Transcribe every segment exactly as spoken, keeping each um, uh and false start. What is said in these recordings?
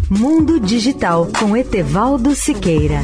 Mundo Digital com Etevaldo Siqueira.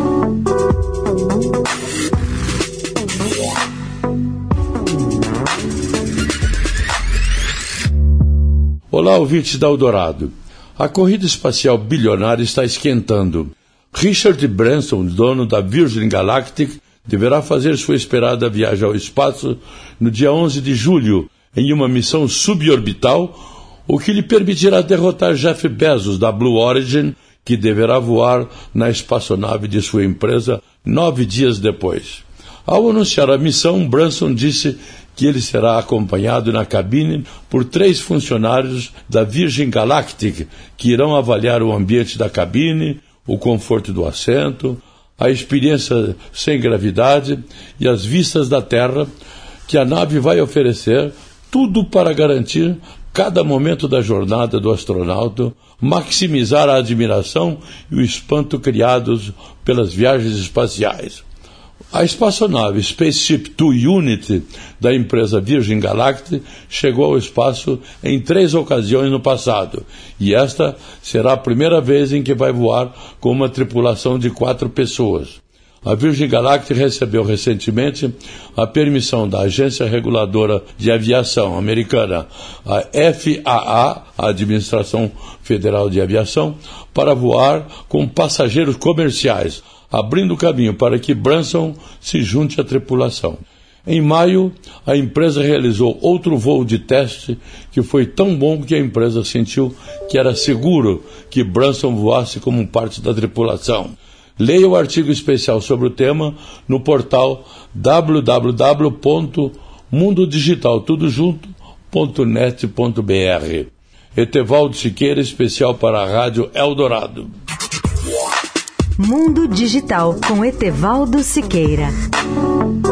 Olá, ouvintes da Eldorado. A corrida espacial bilionária está esquentando. Richard Branson, dono da Virgin Galactic, deverá fazer sua esperada viagem ao espaço no dia onze de julho, em uma missão suborbital, o que lhe permitirá derrotar Jeff Bezos, da Blue Origin, que deverá voar na espaçonave de sua empresa nove dias depois. Ao anunciar a missão, Branson disse que ele será acompanhado na cabine por três funcionários da Virgin Galactic, que irão avaliar o ambiente da cabine, o conforto do assento, a experiência sem gravidade e as vistas da Terra que a nave vai oferecer, tudo para garantir cada momento da jornada do astronauta, maximizar a admiração e o espanto criados pelas viagens espaciais. A espaçonave Spaceship dois Unity, da empresa Virgin Galactic, chegou ao espaço em três ocasiões no passado, e esta será a primeira vez em que vai voar com uma tripulação de quatro pessoas. A Virgin Galactic recebeu recentemente a permissão da Agência Reguladora de Aviação americana, a F A A, a Administração Federal de Aviação, para voar com passageiros comerciais, abrindo caminho para que Branson se junte à tripulação. Em maio, a empresa realizou outro voo de teste que foi tão bom que a empresa sentiu que era seguro que Branson voasse como parte da tripulação. Leia o artigo especial sobre o tema no portal w w w ponto mundo digital tudo junto ponto net ponto b r. Etevaldo Siqueira, especial para a Rádio Eldorado. Mundo Digital com Etevaldo Siqueira.